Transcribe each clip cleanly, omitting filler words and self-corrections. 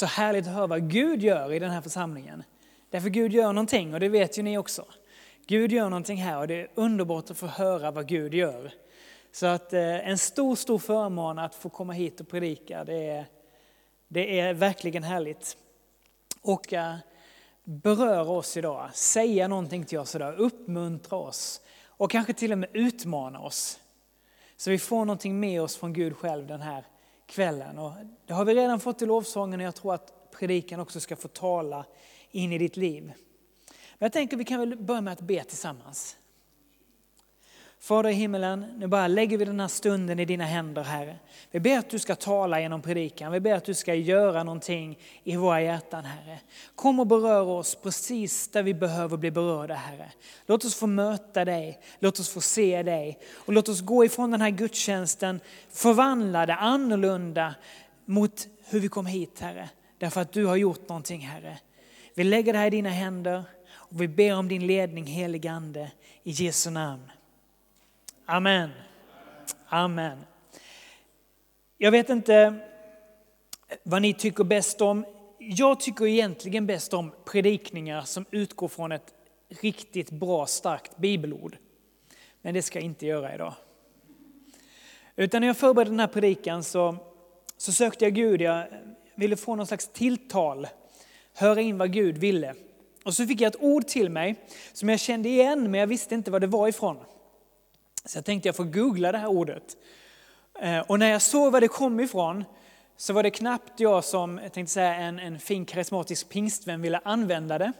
så härligt att höra vad Gud gör i den här församlingen. Därför Gud gör någonting, och det vet ju ni också. Gud gör någonting här och det är underbart att få höra vad Gud gör. Så att en stor förmån att få komma hit och predika. Det är verkligen härligt. Och beröra oss idag, säga någonting till oss idag, uppmuntra oss och kanske till och med utmana oss. Så vi får någonting med oss från Gud själv den här kvällen. Och det har vi redan fått i lovsången, och jag tror att predikan också ska få tala in i ditt liv. Men jag tänker vi kan väl börja med att be tillsammans. Fader i himmelen, nu bara lägger vi den här stunden i dina händer, Herre. Vi ber att du ska tala genom predikan. Vi ber att du ska göra någonting i våra hjärtan, Herre. Kom och berör oss precis där vi behöver bli berörda, Herre. Låt oss få möta dig. Låt oss få se dig. Och låt oss gå ifrån den här gudstjänsten förvandlade, annorlunda mot hur vi kom hit, Herre. Därför att du har gjort någonting, Herre. Vi lägger det här i dina händer och vi ber om din ledning, helige Ande, i Jesu namn. Amen. Amen. Jag vet inte vad ni tycker bäst om. Jag tycker egentligen bäst om predikningar som utgår från ett riktigt bra, starkt bibelord. Men det ska jag inte göra idag. Utan när jag förberedde den här predikan så sökte jag Gud. Jag ville få någon slags tilltal. Höra in vad Gud ville. Och så fick jag ett ord till mig som jag kände igen, men jag visste inte vad det var ifrån. Så jag tänkte jag får googla det här ordet. Och när jag såg vad det kom ifrån så var det knappt jag som, jag tänkte säga, en fin karismatisk pingstvän ville använda det.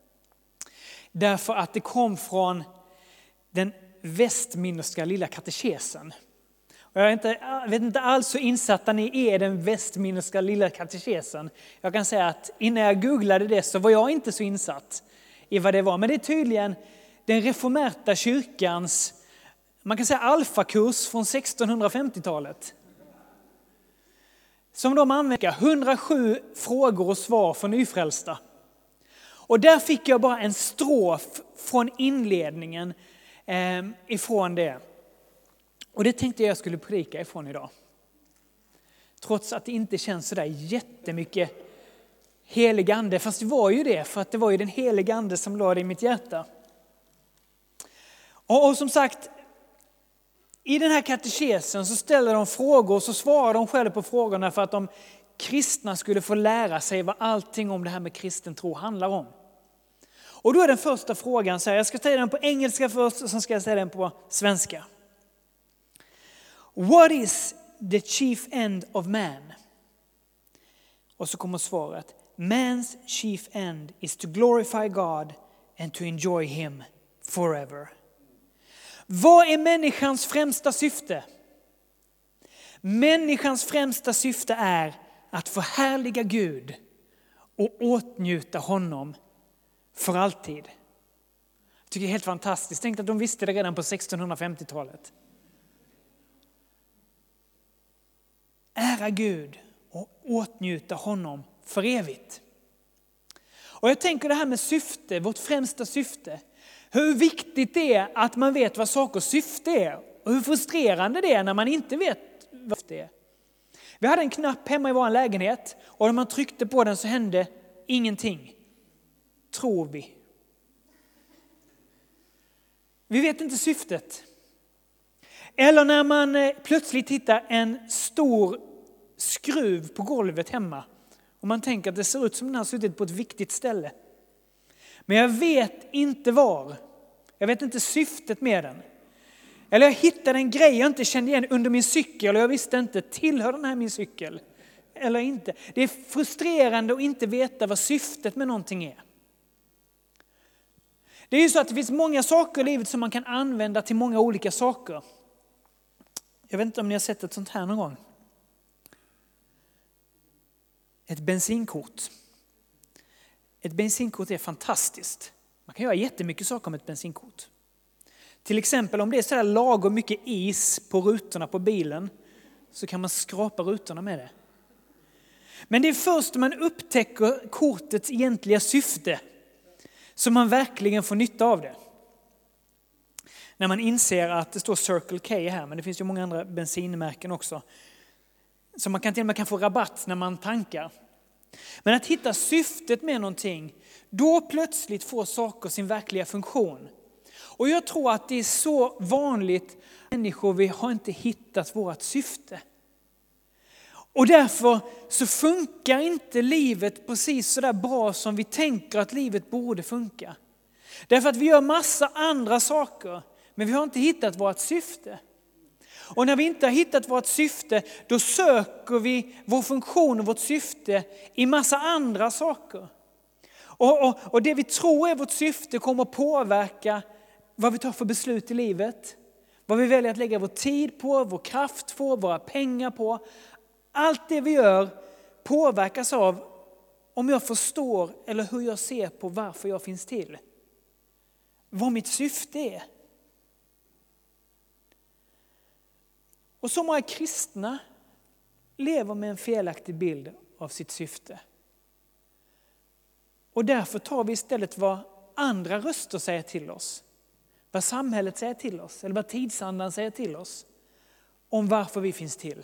Därför att det kom från den Westminsterska lilla katekesen. Och jag vet inte alls hur insatta ni är den Westminsterska lilla katekesen. Jag kan säga att innan jag googlade det så var jag inte så insatt i vad det var. Men det är tydligen den reformerta kyrkans, man kan säga, alfakurs från 1650-talet. Som de använder 107 frågor och svar för nyfrälsta. Och där fick jag bara en strof från inledningen ifrån det. Och det tänkte jag skulle predika ifrån idag. Trots att det inte känns så där jättemycket helig ande. Fast det var ju det, för att det var ju den heliga ande som lade det i mitt hjärta. Och som sagt, i den här katekesen så ställer de frågor och så svarar de själva på frågorna för att de kristna skulle få lära sig vad allting om det här med kristen tro handlar om. Och då är den första frågan så här, jag ska säga den på engelska först och sen ska jag säga den på svenska. What is the chief end of man? Och så kommer svaret. Man's chief end is to glorify God and to enjoy him forever. Vad är människans främsta syfte? Människans främsta syfte är att förhärliga Gud och åtnjuta honom för alltid. Jag tycker det är helt fantastiskt. Tänk att de visste det redan på 1650-talet. Ära Gud och åtnjuta honom för evigt. Och jag tänker det här med syfte, vårt främsta syfte. Hur viktigt det är att man vet vad sakers syfte är. Och hur frustrerande det är när man inte vet vad det är. Vi hade en knapp hemma i vår lägenhet. Och när man tryckte på den så hände ingenting. Tror vi. Vi vet inte syftet. Eller när man plötsligt hittar en stor skruv på golvet hemma. Och man tänker att det ser ut som den har suttit på ett viktigt ställe. Men jag vet inte var. Jag vet inte syftet med den. Eller jag hittade en grej jag inte kände igen under min cykel. Och jag visste inte, tillhör den här min cykel? Eller inte. Det är frustrerande att inte veta vad syftet med någonting är. Det är ju så att det finns många saker i livet som man kan använda till många olika saker. Jag vet inte om ni har sett ett sånt här någon gång. Ett bensinkort. Ett bensinkort är fantastiskt. Man kan göra jättemycket saker med ett bensinkort. Till exempel om det är så här lagom mycket is på rutorna på bilen så kan man skrapa rutorna med det. Men det är först när man upptäcker kortets egentliga syfte som man verkligen får nytta av det. När man inser att det står Circle K här, men det finns ju många andra bensinmärken också. Så man kan till och med få rabatt när man tankar. Men att hitta syftet med någonting, då plötsligt får saker sin verkliga funktion. Och jag tror att det är så vanligt, människor, vi har inte hittat vårt syfte. Och därför så funkar inte livet precis så där bra som vi tänker att livet borde funka. Därför att vi gör massa andra saker, men vi har inte hittat vårt syfte. Och när vi inte har hittat vårt syfte, då söker vi vår funktion och vårt syfte i massa andra saker. Och det vi tror är vårt syfte kommer att påverka vad vi tar för beslut i livet. Vad vi väljer att lägga vår tid på, vår kraft på, våra pengar på. Allt det vi gör påverkas av om jag förstår eller hur jag ser på varför jag finns till. Vad mitt syfte är. Och så många kristna lever med en felaktig bild av sitt syfte. Och därför tar vi istället vad andra röster säger till oss. Vad samhället säger till oss, eller vad tidsandan säger till oss. Om varför vi finns till.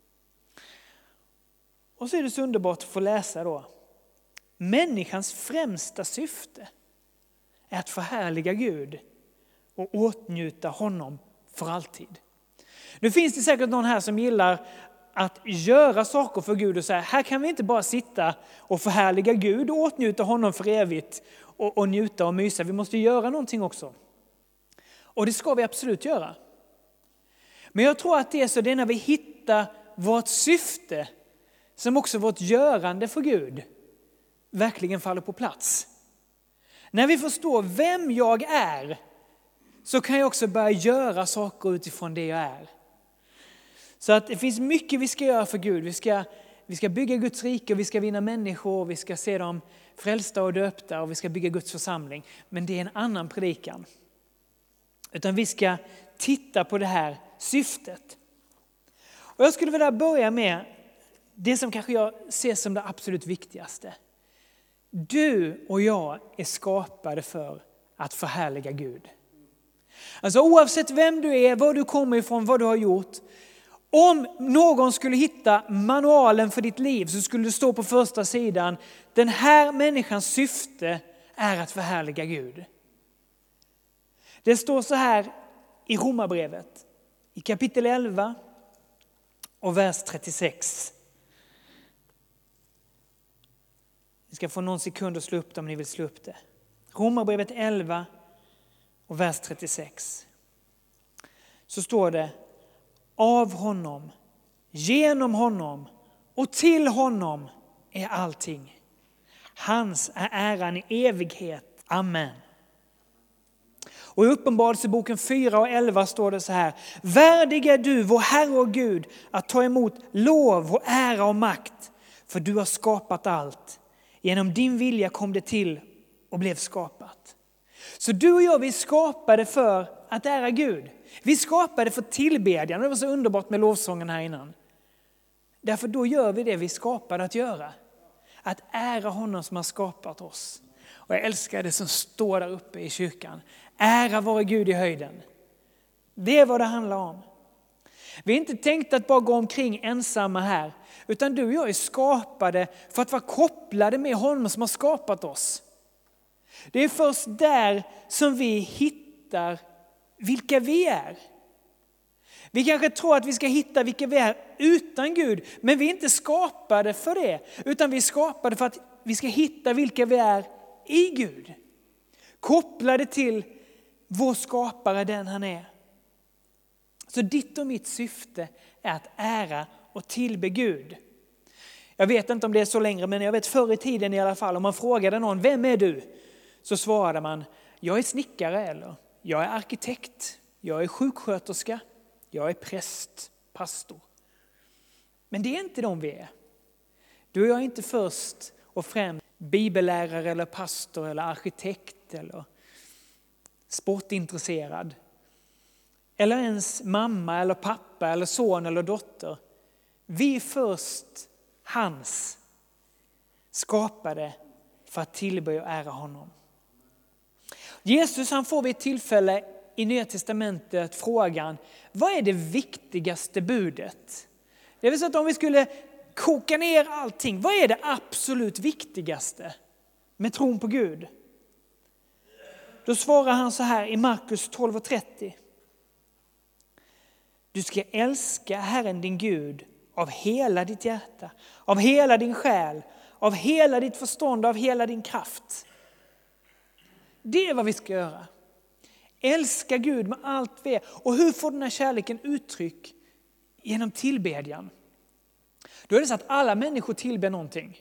Och så är det så underbart att få läsa då. Människans främsta syfte är att förhärliga Gud och åtnjuta honom för alltid. Nu finns det säkert någon här som gillar att göra saker för Gud och säga, här kan vi inte bara sitta och förhärliga Gud och åtnjuta honom för evigt och njuta och mysa. Vi måste göra någonting också. Och det ska vi absolut göra. Men jag tror att det är när vi hittar vårt syfte som också vårt görande för Gud verkligen faller på plats. När vi förstår vem jag är så kan jag också börja göra saker utifrån det jag är. Så att det finns mycket vi ska göra för Gud. Vi ska bygga Guds rike, vi ska vinna människor, vi ska se dem frälsta och döpta och vi ska bygga Guds församling. Men det är en annan predikan. Utan vi ska titta på det här syftet. Och jag skulle vilja börja med det som kanske jag ser som det absolut viktigaste. Du och jag är skapade för att förhärliga Gud. Alltså oavsett vem du är, var du kommer ifrån, vad du har gjort. Om någon skulle hitta manualen för ditt liv så skulle det stå på första sidan. Den här människans syfte är att förhärliga Gud. Det står så här i Romarbrevet i kapitel 11 och vers 36. Ni ska få någon sekund att slå upp det om ni vill slå upp det. Romarbrevet 11 och vers 36. Så står det: av honom, genom honom och till honom är allting. Hans är äran i evighet. Amen. Och i Uppenbarelseboken 4 och 11 står det så här: värdig är du, vår Herre och Gud, att ta emot lov och ära och makt, för du har skapat allt. Genom din vilja kom det till och blev skapat. Så du och jag, vi skapade för att ära Gud. Vi skapade för tillbedjan. Det var så underbart med lovsången här innan. Därför då gör vi det vi skapade att göra. Att ära honom som har skapat oss. Och jag älskar det som står där uppe i kyrkan. Ära vare Gud i höjden. Det är vad det handlar om. Vi är inte tänkt att bara gå omkring ensamma här. Utan du och jag är skapade för att vara kopplade med honom som har skapat oss. Det är först där som vi hittar vilka vi är. Vi kanske tror att vi ska hitta vilka vi är utan Gud. Men vi är inte skapade för det. Utan vi är skapade för att vi ska hitta vilka vi är i Gud. Kopplade till vår skapare, den han är. Så ditt och mitt syfte är att ära och tillbe Gud. Jag vet inte om det är så längre, men jag vet förr i tiden i alla fall. Om man frågade någon, vem är du? Så svarade man, jag är snickare, eller jag är arkitekt, jag är sjuksköterska, jag är präst, pastor. Men det är inte de vi är. Du och jag är inte först och främst bibellärare eller pastor eller arkitekt eller sportintresserad. Eller ens mamma eller pappa eller son eller dotter. Vi är först hans skapade för att tillbe och ära honom. Jesus, han får vid ett tillfälle i Nya testamentet frågan, vad är det viktigaste budet? Det vill säga att om vi skulle koka ner allting. Vad är det absolut viktigaste med tron på Gud? Då svarar han så här i Markus 12:30. Du ska älska Herren din Gud av hela ditt hjärta, av hela din själ, av hela ditt förstånd, av hela din kraft. Det är vad vi ska göra. Älska Gud med allt vi är. Och hur får den här kärleken uttryck? Genom tillbedjan. Då är det så att alla människor tillber någonting.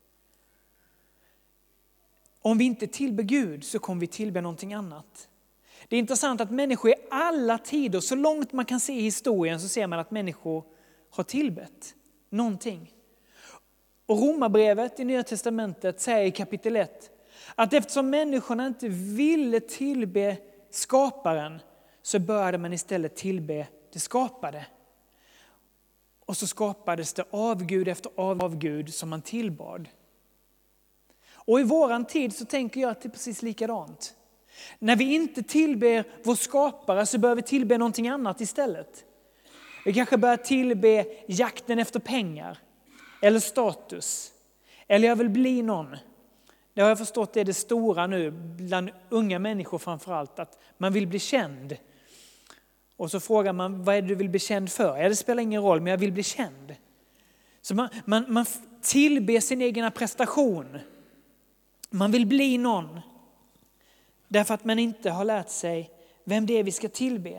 Om vi inte tillber Gud så kommer vi tillbe någonting annat. Det är intressant att människor i alla tider, så långt man kan se i historien, så ser man att människor har tillbett någonting. Och Romarbrevet i Nya Testamentet säger i kapitel 1 att eftersom människorna inte ville tillbe skaparen så började man istället tillbe det skapade. Och så skapades det avgud efter avgud som man tillbad. Och i våran tid så tänker jag att det är precis likadant. När vi inte tillber vår skapare så bör vi tillbe någonting annat istället. Vi kanske börjar tillbe jakten efter pengar eller status. Eller jag vill bli någon. Det har jag förstått är det stora nu bland unga människor framförallt, att man vill bli känd. Och så frågar man, vad är det du vill bli känd för? Ja, det spelar ingen roll, men jag vill bli känd. Så man tillber sin egen prestation. Man vill bli någon. Därför att man inte har lärt sig vem det är vi ska tillbe.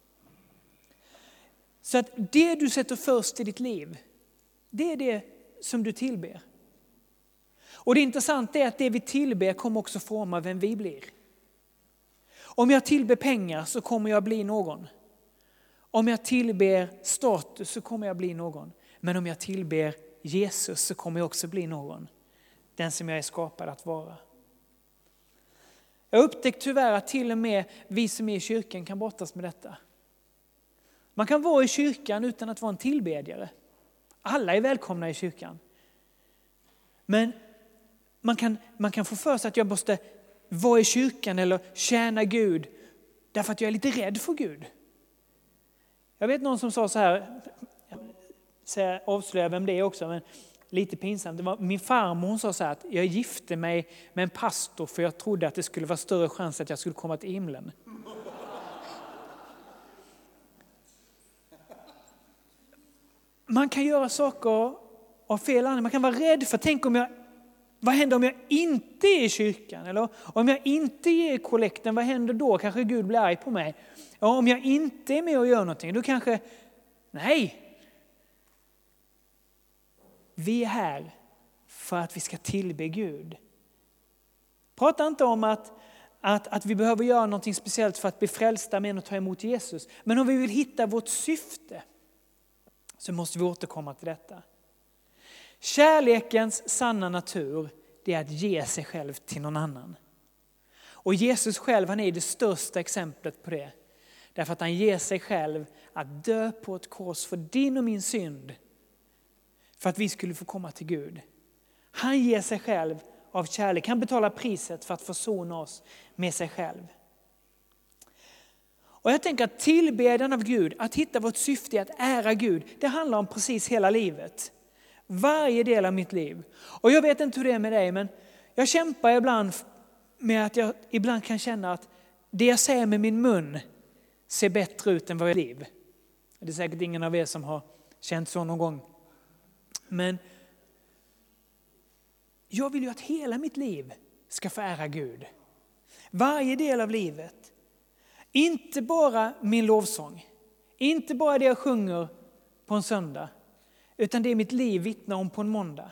Så att det du sätter först i ditt liv, det är det som du tillber. Och det intressanta är att det vi tillber kommer också forma vem vi blir. Om jag tillber pengar så kommer jag bli någon. Om jag tillber status så kommer jag bli någon. Men om jag tillber Jesus så kommer jag också bli någon. Den som jag är skapad att vara. Jag har upptäckt tyvärr att till och med vi som är i kyrkan kan brottas med detta. Man kan vara i kyrkan utan att vara en tillbedjare. Alla är välkomna i kyrkan. Men man kan få för sig att jag måste vara i kyrkan eller tjäna Gud därför att jag är lite rädd för Gud. Jag vet någon som sa så här, jag avslöjar vem det är också, men lite pinsamt. Det var min farmor, hon sa så här att jag gifte mig med en pastor för jag trodde att det skulle vara större chans att jag skulle komma till himlen. Man kan göra saker av fel anledning. Man kan vara rädd för, vad händer om jag inte är i kyrkan? Eller om jag inte ger kollekten, vad händer då? Kanske Gud blir arg på mig. Ja, om jag inte är med och gör någonting, då kanske, nej. Vi är här för att vi ska tillbe Gud. Prata inte om att vi behöver göra någonting speciellt för att bli frälsta med och ta emot Jesus. Men om vi vill hitta vårt syfte så måste vi återkomma till detta. Kärlekens sanna natur, det är att ge sig själv till någon annan. Och Jesus själv, han är det största exemplet på det. Därför att han ger sig själv att dö på ett kors för din och min synd. För att vi skulle få komma till Gud. Han ger sig själv av kärlek. Han betalar priset för att försona oss med sig själv. Och jag tänker att tillbedjan av Gud, att hitta vårt syfte att ära Gud, det handlar om precis hela livet. Varje del av mitt liv. Och jag vet inte hur det är med dig, men jag kämpar ibland med att jag ibland kan känna att det jag säger med min mun ser bättre ut än vad jag liv. Det är säkert ingen av er som har känt så någon gång. Men jag vill ju att hela mitt liv ska få ära Gud. Varje del av livet. Inte bara min lovsång. Inte bara det jag sjunger på en söndag. Utan det mitt liv vittnar om på en måndag.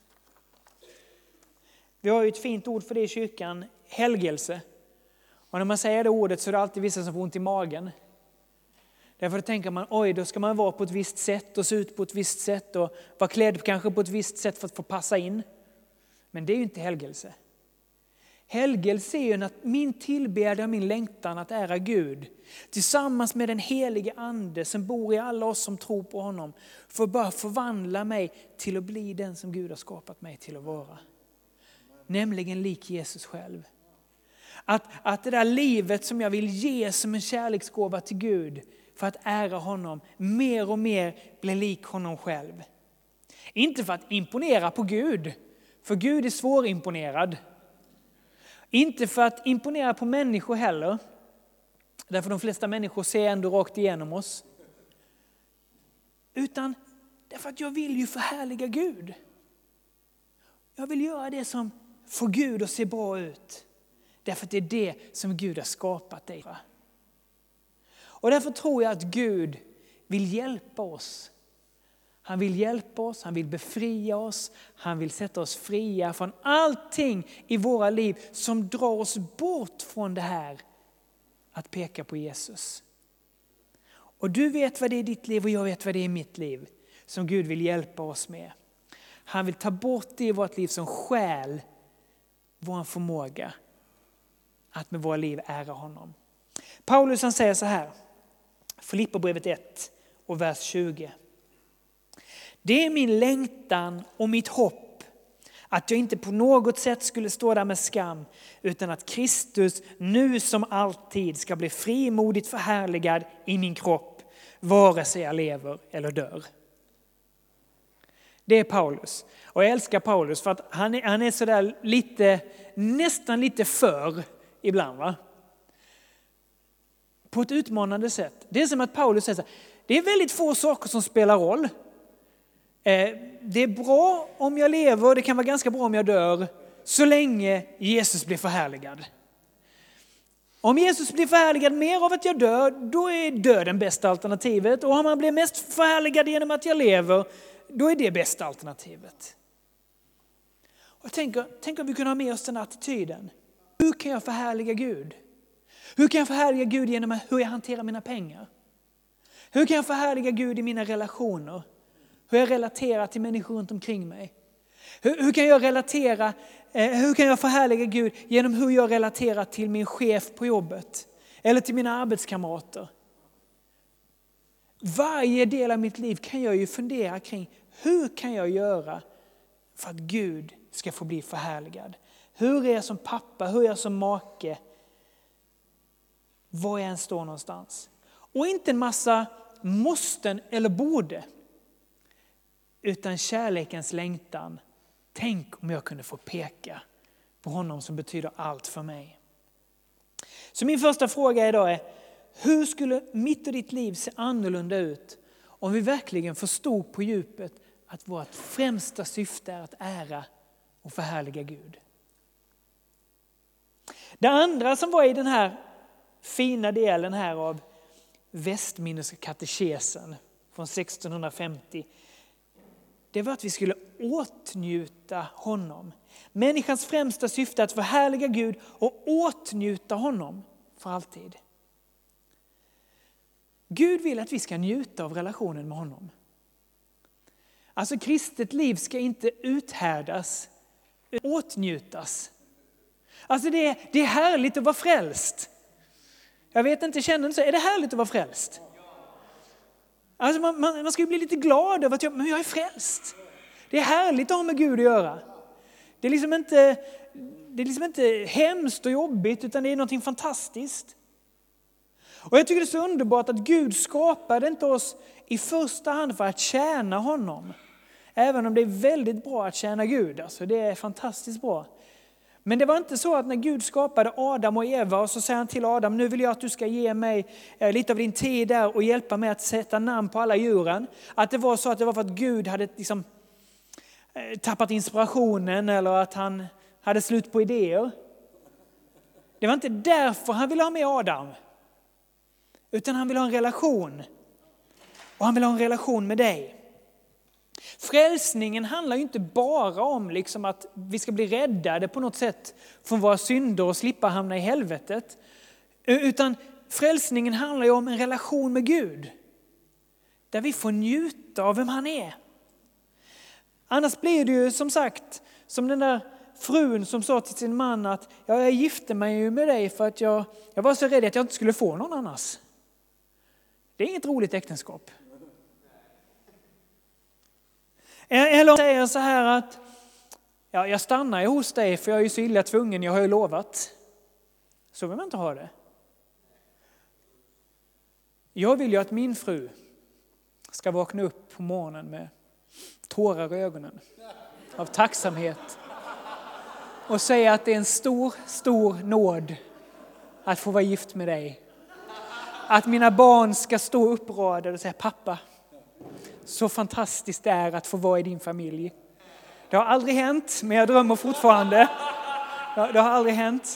Vi har ju ett fint ord för det i kyrkan. Helgelse. Och när man säger det ordet så är det alltid vissa som får ont i magen. Därför tänker man, oj, då ska man vara på ett visst sätt och se ut på ett visst sätt och vara klädd kanske på ett visst sätt för att få passa in. Men det är ju inte helgelse. Helgelse är ju min tillbedjan, min längtan att ära Gud tillsammans med den helige ande som bor i alla oss som tror på honom, för att bara förvandla mig till att bli den som Gud har skapat mig till att vara. Nämligen lik Jesus själv. Att det där livet som jag vill ge som en kärleksgåva till Gud för att ära honom, mer och mer blir lik honom själv. Inte för att imponera på Gud, för Gud är svårimponerad. Inte för att imponera på människor heller, därför de flesta människor ser ändå rakt igenom oss. Utan därför att jag vill ju förhärliga Gud. Jag vill göra det som får Gud att se bra ut. Därför att det är det som Gud har skapat dig för. Och därför tror jag att Gud vill hjälpa oss. Han vill hjälpa oss, han vill befria oss, han vill sätta oss fria från allting i våra liv som drar oss bort från det här att peka på Jesus. Och du vet vad det är i ditt liv och jag vet vad det är i mitt liv som Gud vill hjälpa oss med. Han vill ta bort det i vårt liv som stjäl vår förmåga att med våra liv ära honom. Paulus han säger så här, Filipperbrevet 1 och vers 20. Det är min längtan och mitt hopp att jag inte på något sätt skulle stå där med skam, utan att Kristus nu som alltid ska bli frimodigt förhärligad i min kropp, vare sig jag lever eller dör. Det är Paulus. Och jag älskar Paulus för att han är så där lite, nästan lite för ibland, va? På ett utmanande sätt. Det är som att Paulus säger så här, det är väldigt få saker som spelar roll. Det är bra om jag lever, det kan vara ganska bra om jag dör, så länge Jesus blir förhärligad. Om Jesus blir förhärligad mer av att jag dör, då är döden bästa alternativet. Och om han blir mest förhärligad genom att jag lever, då är det bästa alternativet. Och tänk om vi kunde ha med oss den attityden. Hur kan jag förhärliga Gud? Hur kan jag förhärliga Gud genom hur jag hanterar mina pengar? Hur kan jag förhärliga Gud i mina relationer? Hur jag relaterar till människor runt omkring mig? Hur kan jag förhärliga Gud genom hur jag relaterar till min chef på jobbet? Eller till mina arbetskamrater? Varje del av mitt liv kan jag ju fundera kring, hur kan jag göra för att Gud ska få bli förhärligad? Hur är jag som pappa? Hur är jag som make? Var jag än står någonstans. Och inte en massa måsten eller borde. Utan kärlekens längtan. Tänk om jag kunde få peka på honom som betyder allt för mig. Så min första fråga idag är, hur skulle mitt och ditt liv se annorlunda ut om vi verkligen förstod på djupet att vårt främsta syfte är att ära och förhärliga Gud? Det andra som var i den här fina delen här av Westminsterska katekesen från 1650, det var att vi skulle åtnjuta honom. Människans främsta syfte är att förhärliga Gud och åtnjuta honom för alltid. Gud vill att vi ska njuta av relationen med honom. Alltså kristet liv ska inte uthärdas, åtnjutas. Alltså det är härligt att vara frälst. Jag vet inte, känner du så? Är det härligt att vara frälst? Alltså man ska ju bli lite glad över att jag är frälst. Det är härligt att ha med Gud att göra. Det är liksom inte hemskt och jobbigt, utan det är någonting fantastiskt. Och jag tycker det är så underbart att Gud skapade inte oss i första hand för att tjäna honom. Även om det är väldigt bra att tjäna Gud. Alltså det är fantastiskt bra. Men det var inte så att när Gud skapade Adam och Eva och så säger han till Adam, nu vill jag att du ska ge mig lite av din tid där och hjälpa mig att sätta namn på alla djuren. Att det var så att det var för att Gud hade liksom tappat inspirationen eller att han hade slut på idéer. Det var inte därför han ville ha med Adam. Utan han vill ha en relation. Och han vill ha en relation med dig. Frälsningen handlar ju inte bara om liksom att vi ska bli räddade på något sätt från våra synder och slippa hamna i helvetet. Utan frälsningen handlar ju om en relation med Gud. Där vi får njuta av vem han är. Annars blir det ju som sagt som den där frun som sa till sin man att jag gifte mig ju med dig för att jag var så rädd att jag inte skulle få någon annars. Det är inget roligt äktenskap. Eller säger så här att jag stannar ju hos dig för jag är ju så illa tvungen, jag har ju lovat. Så vill man inte ha det. Jag vill ju att min fru ska vakna upp på morgonen med tårar i ögonen av tacksamhet. Och säga att det är en stor, stor nåd att få vara gift med dig. Att mina barn ska stå uppradade och säga, pappa, så fantastiskt det är att få vara i din familj. Det har aldrig hänt, men jag drömmer fortfarande. Det har aldrig hänt.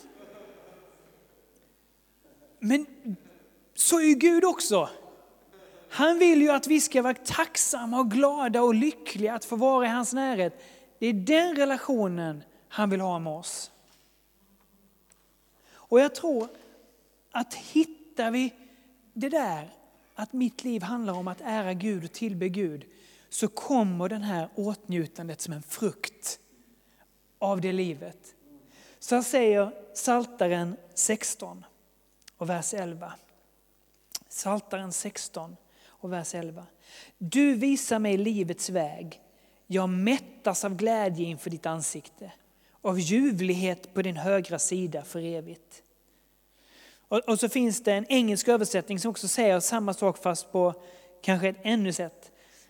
Men så är ju Gud också. Han vill ju att vi ska vara tacksamma och glada och lyckliga att få vara i hans närhet. Det är den relationen han vill ha med oss. Och jag tror att hittar vi det där, att mitt liv handlar om att ära Gud och tillbe Gud, så kommer den här åtnjutandet som en frukt av det livet. Så säger Psaltaren 16 och vers 11. Psaltaren 16 och vers 11. Du visar mig livets väg. Jag mättas av glädje inför ditt ansikte. Av ljuvlighet på din högra sida för evigt. Och så finns det en engelsk översättning som också säger samma sak fast på kanske ett ännu sätt.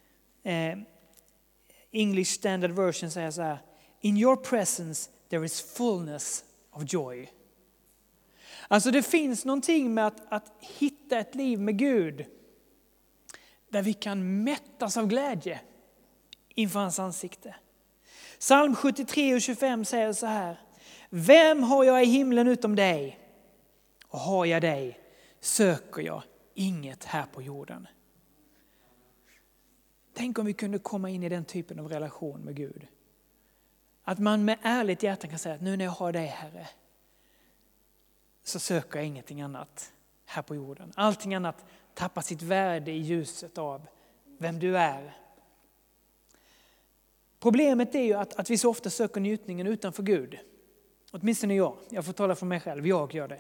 English Standard Version säger så här. In your presence there is fullness of joy. Alltså det finns någonting med att hitta ett liv med Gud där vi kan mättas av glädje inför hans ansikte. Psalm 73 och 25 säger så här. Vem har jag i himlen utom dig? Och har jag dig söker jag inget här på jorden. Tänk om vi kunde komma in i den typen av relation med Gud. Att man med ärligt hjärta kan säga att nu när jag har dig, Herre, så söker jag ingenting annat här på jorden. Allting annat tappar sitt värde i ljuset av vem du är. Problemet är ju att vi så ofta söker njutningen utanför Gud. Åtminstone jag får tala för mig själv, jag gör det.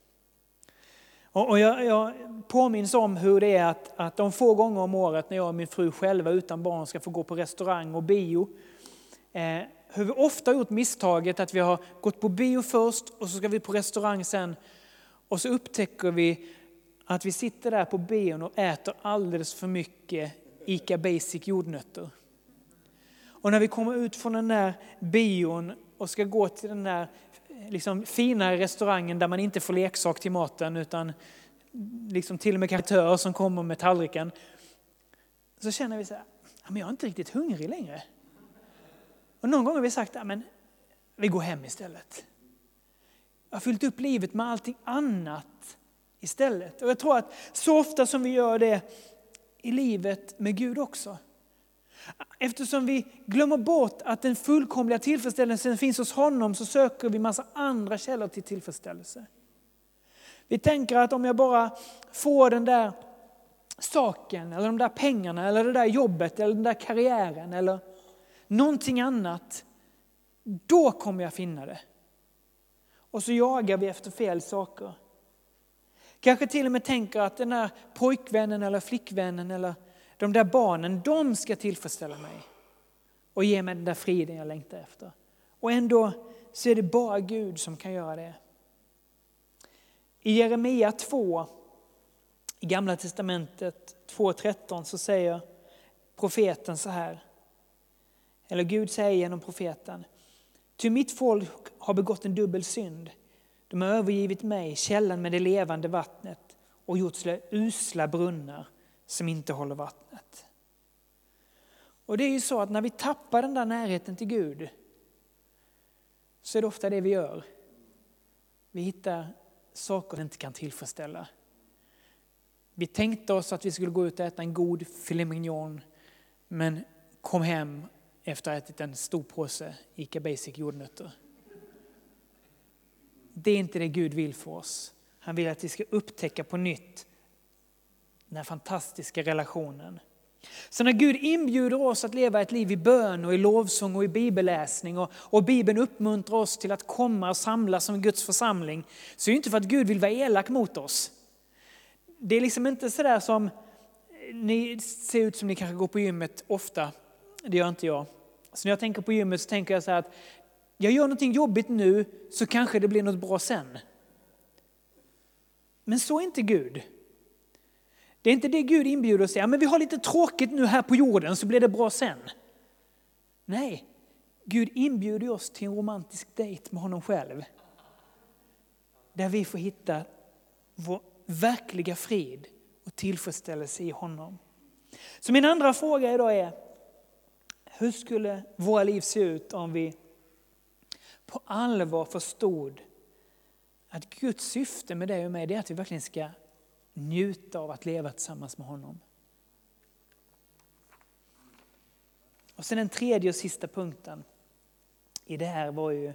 Och jag påminns om hur det är att de få gånger om året när jag och min fru själva utan barn ska få gå på restaurang och bio. Hur vi ofta har gjort misstaget att vi har gått på bio först och så ska vi på restaurang sen. Och så upptäcker vi att vi sitter där på bion och äter alldeles för mycket Ica Basic jordnötter. Och när vi kommer ut från den där bion och ska gå till den där liksom finare restaurangen där man inte får leksak till maten utan liksom till och med karaktärer som kommer med tallriken. Så känner vi så här, men jag är inte riktigt hungrig längre. Och någon gång har vi sagt, men vi går hem istället. Jag har fyllt upp livet med allting annat istället. Och jag tror att så ofta som vi gör det i livet med Gud också. Eftersom vi glömmer bort att den fullkomliga tillfredsställelsen finns hos honom så söker vi massa andra källor till tillfredsställelse. Vi tänker att om jag bara får den där saken eller de där pengarna eller det där jobbet eller den där karriären eller någonting annat, då kommer jag finna det. Och så jagar vi efter fel saker. Kanske till och med tänker att den där pojkvännen eller flickvännen eller de där barnen, de ska tillfredsställa mig och ge mig den där friden jag längtar efter. Och ändå så är det bara Gud som kan göra det. I Jeremia 2, i Gamla testamentet 2:13 så säger profeten så här. Eller Gud säger genom profeten. Ty mitt folk har begått en dubbel synd. De har övergivit mig, källan med det levande vattnet och gjort usla brunnar som inte håller vattnet. Och det är ju så att när vi tappar den där närheten till Gud så är det ofta det vi gör. Vi hittar saker som inte kan tillfredsställa. Vi tänkte oss att vi skulle gå ut och äta en god filet mignon men kom hem efter att ha ätit en stor påse Ica Basic jordnötter. Det är inte det Gud vill för oss. Han vill att vi ska upptäcka på nytt den här fantastiska relationen. Så när Gud inbjuder oss att leva ett liv i bön och i lovsång och i bibelläsning och Bibeln uppmuntrar oss till att komma och samlas som Guds församling, så är det inte för att Gud vill vara elak mot oss. Det är liksom inte sådär som ni ser ut som ni kanske går på gymmet ofta. Det gör inte jag. Så när jag tänker på gymmet så tänker jag så här att jag gör någonting jobbigt nu så kanske det blir något bra sen. Men så är inte Gud. Det är inte det Gud inbjuder oss till. Ja, men vi har lite tråkigt nu här på jorden så blir det bra sen. Nej, Gud inbjuder oss till en romantisk dejt med honom själv. Där vi får hitta vår verkliga frid och tillfredsställelse i honom. Så min andra fråga idag är: hur skulle våra liv se ut om vi på allvar förstod att Guds syfte med dig och mig är att vi verkligen ska njuta av att leva tillsammans med honom? Och sen den tredje och sista punkten i det här var ju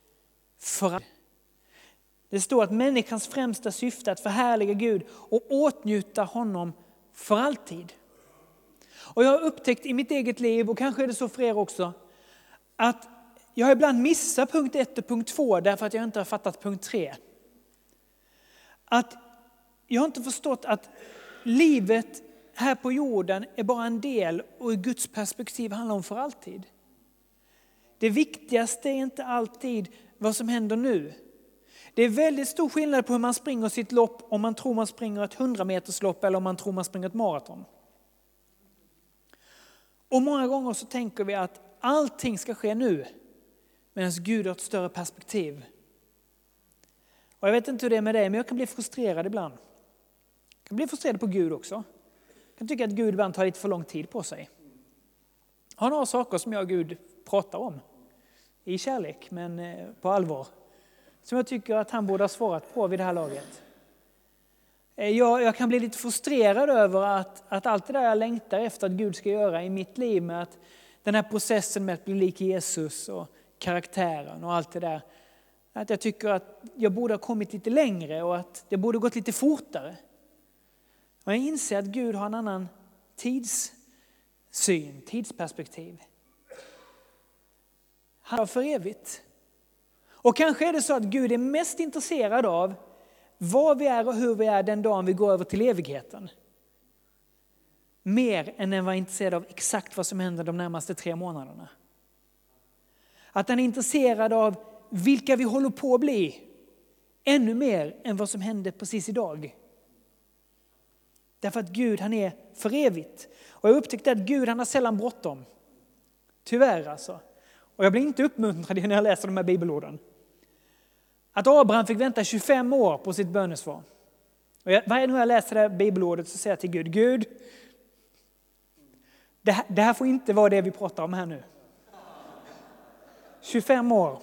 det står att människans främsta syfte är att förhärliga Gud och åtnjuta honom för alltid. Och jag har upptäckt i mitt eget liv, och kanske är det så för er också, att jag ibland missar punkt 1 och punkt 2 därför att jag inte har fattat punkt 3. Att jag har inte förstått att livet här på jorden är bara en del och i Guds perspektiv handlar om för alltid. Det viktigaste är inte alltid vad som händer nu. Det är väldigt stor skillnad på hur man springer sitt lopp om man tror man springer ett 100-meterslopp eller om man tror man springer ett maraton. Och många gånger så tänker vi att allting ska ske nu medan Gud har ett större perspektiv. Och jag vet inte hur det är med dig, men jag kan bli frustrerad ibland. Jag kan bli frustrerad på Gud också. Jag kan tycka att Gud ibland tar lite för lång tid på sig. Jag har några saker som jag och Gud pratar om. I kärlek, men på allvar. Som jag tycker att han borde ha svarat på vid det här laget. Jag kan bli lite frustrerad över att allt det där jag längtar efter att Gud ska göra i mitt liv, med att den här processen med att bli lik Jesus och karaktären och allt det där. Att jag tycker att jag borde ha kommit lite längre och att det borde gått lite fortare. Och jag inser att Gud har en annan tidsperspektiv. Han har för evigt. Och kanske är det så att Gud är mest intresserad av vad vi är och hur vi är den dagen vi går över till evigheten. Mer än än var intresserad av exakt vad som händer de närmaste 3 månaderna. Att han är intresserad av vilka vi håller på att bli. Ännu mer än vad som hände precis idag. Därför att Gud, han är för evigt. Och jag upptäckte att Gud, han har sällan bråttom. Tyvärr alltså. Och jag blir inte uppmuntrad när jag läser de här bibelorden. Att Abraham fick vänta 25 år på sitt bönesvar. Och varje gång jag läser det här bibelordet så säger jag till Gud: Gud, det här får inte vara det vi pratar om här nu. 25 år.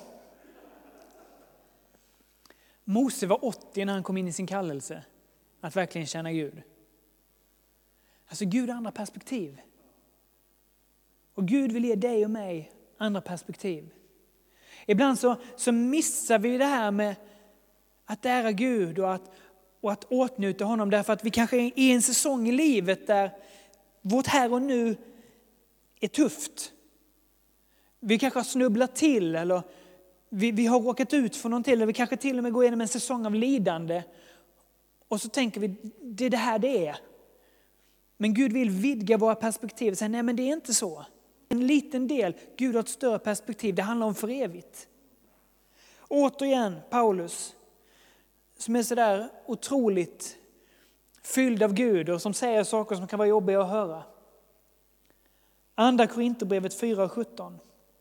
Mose var 80 när han kom in i sin kallelse. Att verkligen känna Gud. Alltså Gud har andra perspektiv. Och Gud vill ge dig och mig andra perspektiv. Ibland så missar vi det här med att ära Gud och att åtnjuta honom. Därför att vi kanske är i en säsong i livet där vårt här och nu är tufft. Vi kanske har snubblat till eller vi har råkat ut för någonting. Eller vi kanske till och med går igenom en säsong av lidande. Och så tänker vi, det är det här det är. Men Gud vill vidga våra perspektiv och säga, nej men det är inte så. En liten del, Gud har ett större perspektiv, det handlar om för evigt. Återigen Paulus, som är sådär otroligt fylld av Gud och som säger saker som kan vara jobbiga att höra. Andra Korinthierbrevet 4:17.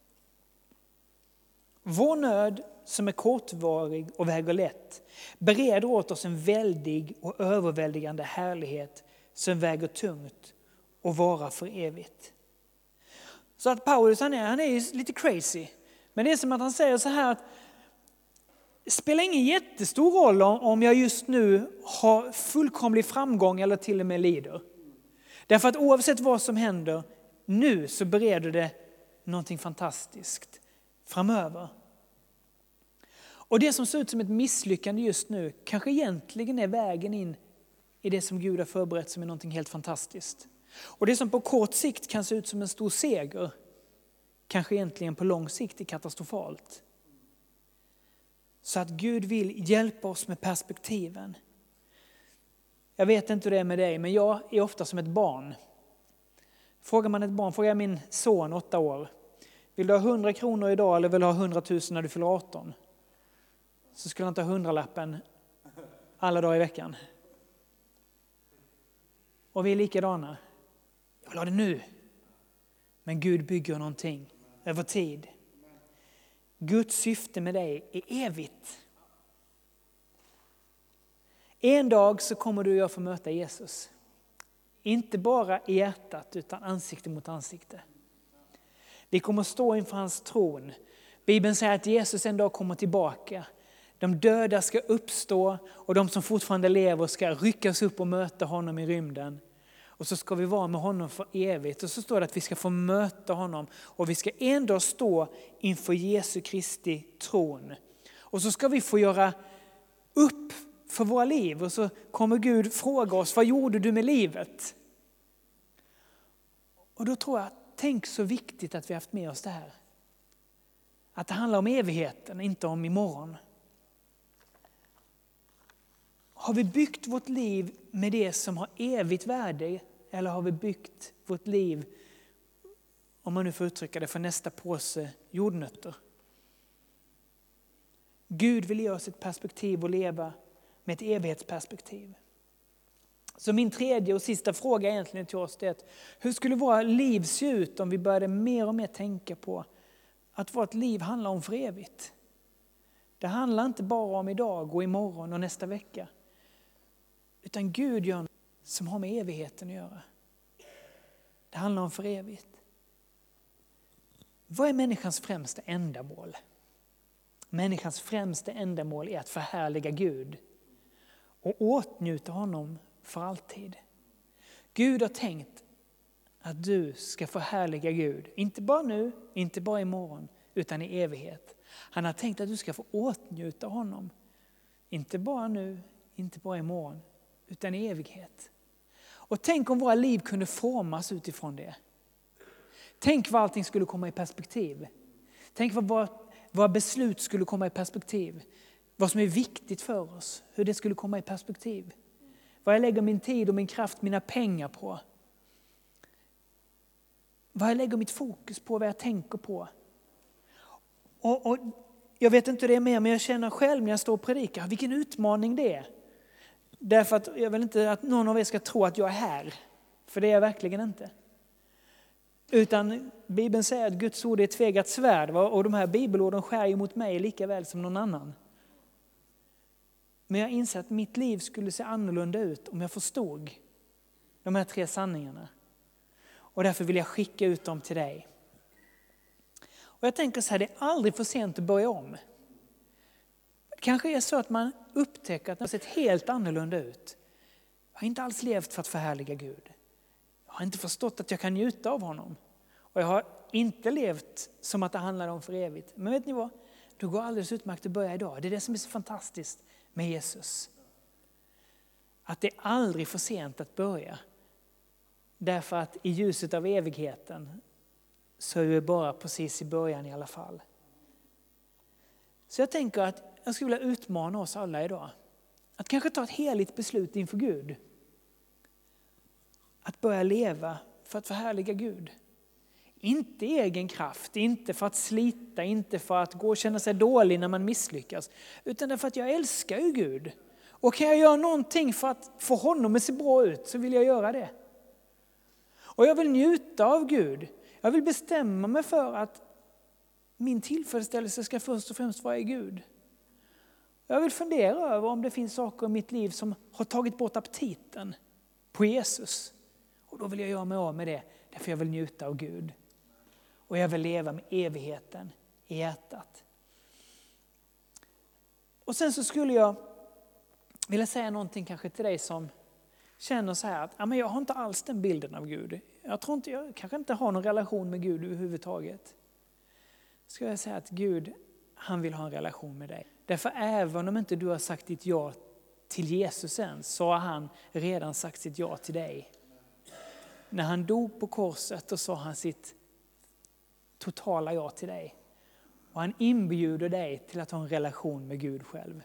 Vår nöd som är kortvarig och väger lätt bereder åt oss en väldig och överväldigande härlighet som väger tungt och varar för evigt. Så att Paulus han är ju lite crazy. Men det är som att han säger så här att det spelar ingen jättestor roll om jag just nu har fullkomlig framgång eller till och med lider. Därför att oavsett vad som händer nu så bereder det någonting fantastiskt framöver. Och det som ser ut som ett misslyckande just nu kanske egentligen är vägen in i det som Gud har förberett som är någonting helt fantastiskt. Och det som på kort sikt kan se ut som en stor seger kanske egentligen på lång sikt är katastrofalt. Så att Gud vill hjälpa oss med perspektiven. Jag vet inte hur det är med dig, men jag är ofta som ett barn. Frågar man ett barn, frågar jag min son 8 år. Vill du ha 100 kronor idag eller vill du ha 100 000 när du fyller 18? Så skulle han ta 100-lappen alla dagar i veckan. Och vi är likadana. Jag vill ha det nu. Men Gud bygger någonting över tid. Guds syfte med dig är evigt. En dag så kommer du och jag få möta Jesus. Inte bara i hjärtat utan ansikte mot ansikte. Vi kommer stå inför hans tron. Bibeln säger att Jesus en dag kommer tillbaka. De döda ska uppstå och de som fortfarande lever ska ryckas upp och möta honom i rymden. Och så ska vi vara med honom för evigt. Och så står det att vi ska få möta honom. Och vi ska en dag stå inför Jesu Kristi tron. Och så ska vi få göra upp för våra liv. Och så kommer Gud fråga oss, vad gjorde du med livet? Och då tror jag, tänk så viktigt att vi har haft med oss det här. Att det handlar om evigheten, inte om imorgon. Har vi byggt vårt liv med det som har evigt värde? Eller har vi byggt vårt liv, om man nu får uttrycka det, för nästa påse jordnötter? Gud vill ge oss ett perspektiv och leva med ett evighetsperspektiv. Så min tredje och sista fråga egentligen till oss är att hur skulle våra liv se ut om vi började mer och mer tänka på att vårt liv handlar om för evigt? Det handlar inte bara om idag och imorgon och nästa vecka. Utan Gud gör något som har med evigheten att göra. Det handlar om för evigt. Vad är människans främsta ändamål? Människans främsta ändamål är att förhärliga Gud och åtnjuta honom för alltid. Gud har tänkt att du ska förhärliga Gud. Inte bara nu, inte bara imorgon, utan i evighet. Han har tänkt att du ska få åtnjuta honom. Inte bara nu, inte bara imorgon, utan i evighet. Och tänk om våra liv kunde formas utifrån det. Tänk vad allting skulle komma i perspektiv. Tänk vad våra beslut skulle komma i perspektiv. Vad som är viktigt för oss, hur det skulle komma i perspektiv. Vad jag lägger min tid och min kraft, mina pengar på. Vad jag lägger mitt fokus på, vad jag tänker på. Och jag vet inte hur det är mer, men jag känner själv när jag står och predikar vilken utmaning det är. Därför att jag vill inte att någon av er ska tro att jag är här. För det är jag verkligen inte. Utan Bibeln säger att Guds ord är ett tveeggat svärd. Och de här bibelorden skär ju mot mig lika väl som någon annan. Men jag inser att mitt liv skulle se annorlunda ut om jag förstod de här 3 sanningarna. Och därför vill jag skicka ut dem till dig. Och jag tänker så här, det är aldrig för sent att börja om. Det kanske är så att man upptäcker att det har sett helt annorlunda ut. Jag har inte alls levt för att förhärliga Gud. Jag har inte förstått att jag kan njuta av honom. Och jag har inte levt som att det handlar om för evigt. Men vet ni vad? Det går alldeles utmärkt att börja idag. Det är det som är så fantastiskt med Jesus. Att det är aldrig för sent att börja. Därför att i ljuset av evigheten så är vi bara precis i början i alla fall. Så jag tänker att jag skulle vilja utmana oss alla idag. Att kanske ta ett heligt beslut inför Gud. Att börja leva för att förhärliga Gud. Inte i egen kraft, inte för att slita, inte för att gå och känna sig dålig när man misslyckas. Utan därför att jag älskar ju Gud. Och kan jag göra någonting för att få honom att se bra ut så vill jag göra det. Och jag vill njuta av Gud. Jag vill bestämma mig för att min tillfredsställelse ska först och främst vara i Gud. Jag vill fundera över om det finns saker i mitt liv som har tagit bort aptiten på Jesus. Och då vill jag göra mig av med det, därför jag vill njuta av Gud. Och jag vill leva med evigheten i hjärtat. Och sen så skulle jag vilja säga någonting kanske till dig som känner så här att jag har inte alls den bilden av Gud. Jag kanske inte har någon relation med Gud överhuvudtaget. Ska jag säga att Gud, han vill ha en relation med dig. Därför även om inte du har sagt ditt ja till Jesus än, så har han redan sagt sitt ja till dig. När han dog på korset och sa han sitt totala ja till dig. Och han inbjuder dig till att ha en relation med Gud själv.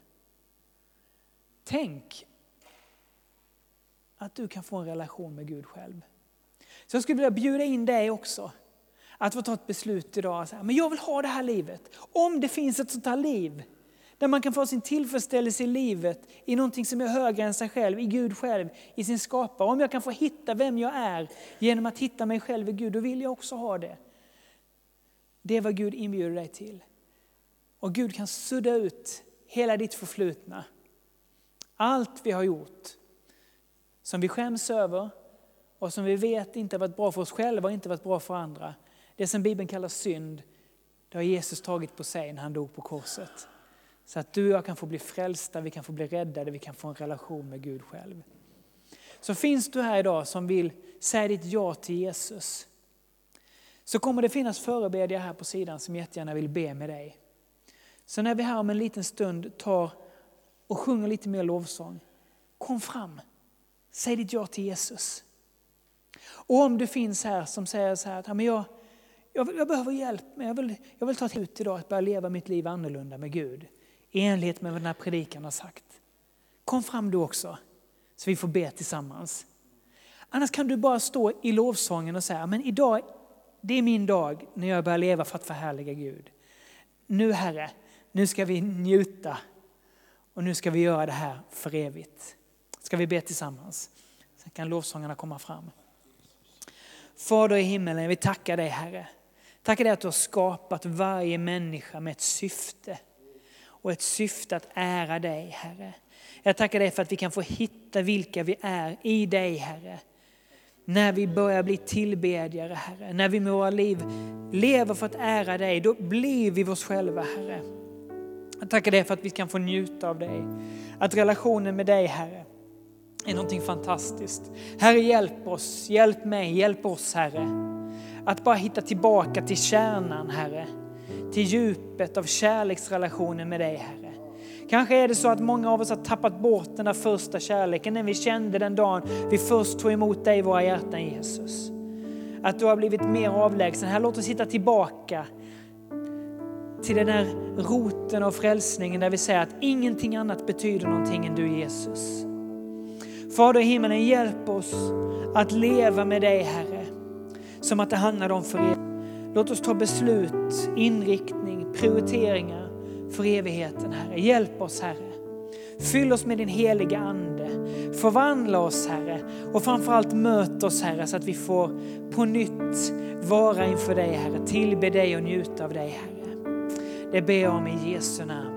Tänk att du kan få en relation med Gud själv. Så jag skulle vilja bjuda in dig också. Att få ta ett beslut idag och säga, men jag vill ha det här livet. Om det finns ett sånt här liv Där man kan få sin tillfredsställelse i livet i någonting som är högre än sig själv, i Gud själv, i sin skapare. Om jag kan få hitta vem jag är genom att hitta mig själv i Gud, då vill jag också ha det. Det är vad Gud inbjuder dig till. Och Gud kan sudda ut hela ditt förflutna. Allt vi har gjort som vi skäms över och som vi vet inte har varit bra för oss själva och inte varit bra för andra. Det som Bibeln kallar synd, det har Jesus tagit på sig när han dog på korset. Så att du och jag kan få bli frälsta, vi kan få bli räddade, vi kan få en relation med Gud själv. Så finns du här idag som vill säga ditt ja till Jesus, så kommer det finnas förebedjare här på sidan som jättegärna vill be med dig. Så när vi här om en liten stund tar och sjunger lite mer lovsång, kom fram, säg ditt ja till Jesus. Och om du finns här som säger så här att jag behöver hjälp, men jag vill ta ett ut idag att börja leva mitt liv annorlunda med Gud. I enlighet med vad den här predikan har sagt. Kom fram du också, så vi får be tillsammans. Annars kan du bara stå i lovsången och säga, men idag, det är min dag när jag börjar leva för att förhärliga Gud. Nu Herre, nu ska vi njuta och nu ska vi göra det här för evigt. Ska vi be tillsammans? Sen kan lovsångarna komma fram. Fader i himmelen, vi tackar dig Herre. Tackar dig att du har skapat varje människa med ett syfte. Och ett syfte att ära dig Herre. Jag tackar dig för att vi kan få hitta vilka vi är i dig Herre. När vi börjar bli tillbedjare Herre. När vi med våra liv lever för att ära dig, då blir vi oss själva Herre. Jag tackar dig för att vi kan få njuta av dig. Att relationen med dig Herre är någonting fantastiskt. Herre, hjälp oss, hjälp mig, hjälp oss Herre. Att bara hitta tillbaka till kärnan Herre. Till djupet av kärleksrelationen med dig Herre. Kanske är det så att många av oss har tappat bort den där första kärleken när vi kände den dagen vi först tog emot dig i våra hjärtan Jesus. Att du har blivit mer avlägsen. Här, låt oss hitta tillbaka till den här roten av frälsningen där vi säger att ingenting annat betyder någonting än du Jesus. Fader i himmelen, hjälp oss att leva med dig Herre. Som att det handlar om för evigt. Låt oss ta beslut, inriktning, prioriteringar för evigheten Herre. Hjälp oss Herre. Fyll oss med din heliga ande. Förvandla oss Herre. Och framförallt möt oss Herre så att vi får på nytt vara inför dig Herre. Tillbe dig och njuta av dig Herre. Det ber jag om i Jesu namn.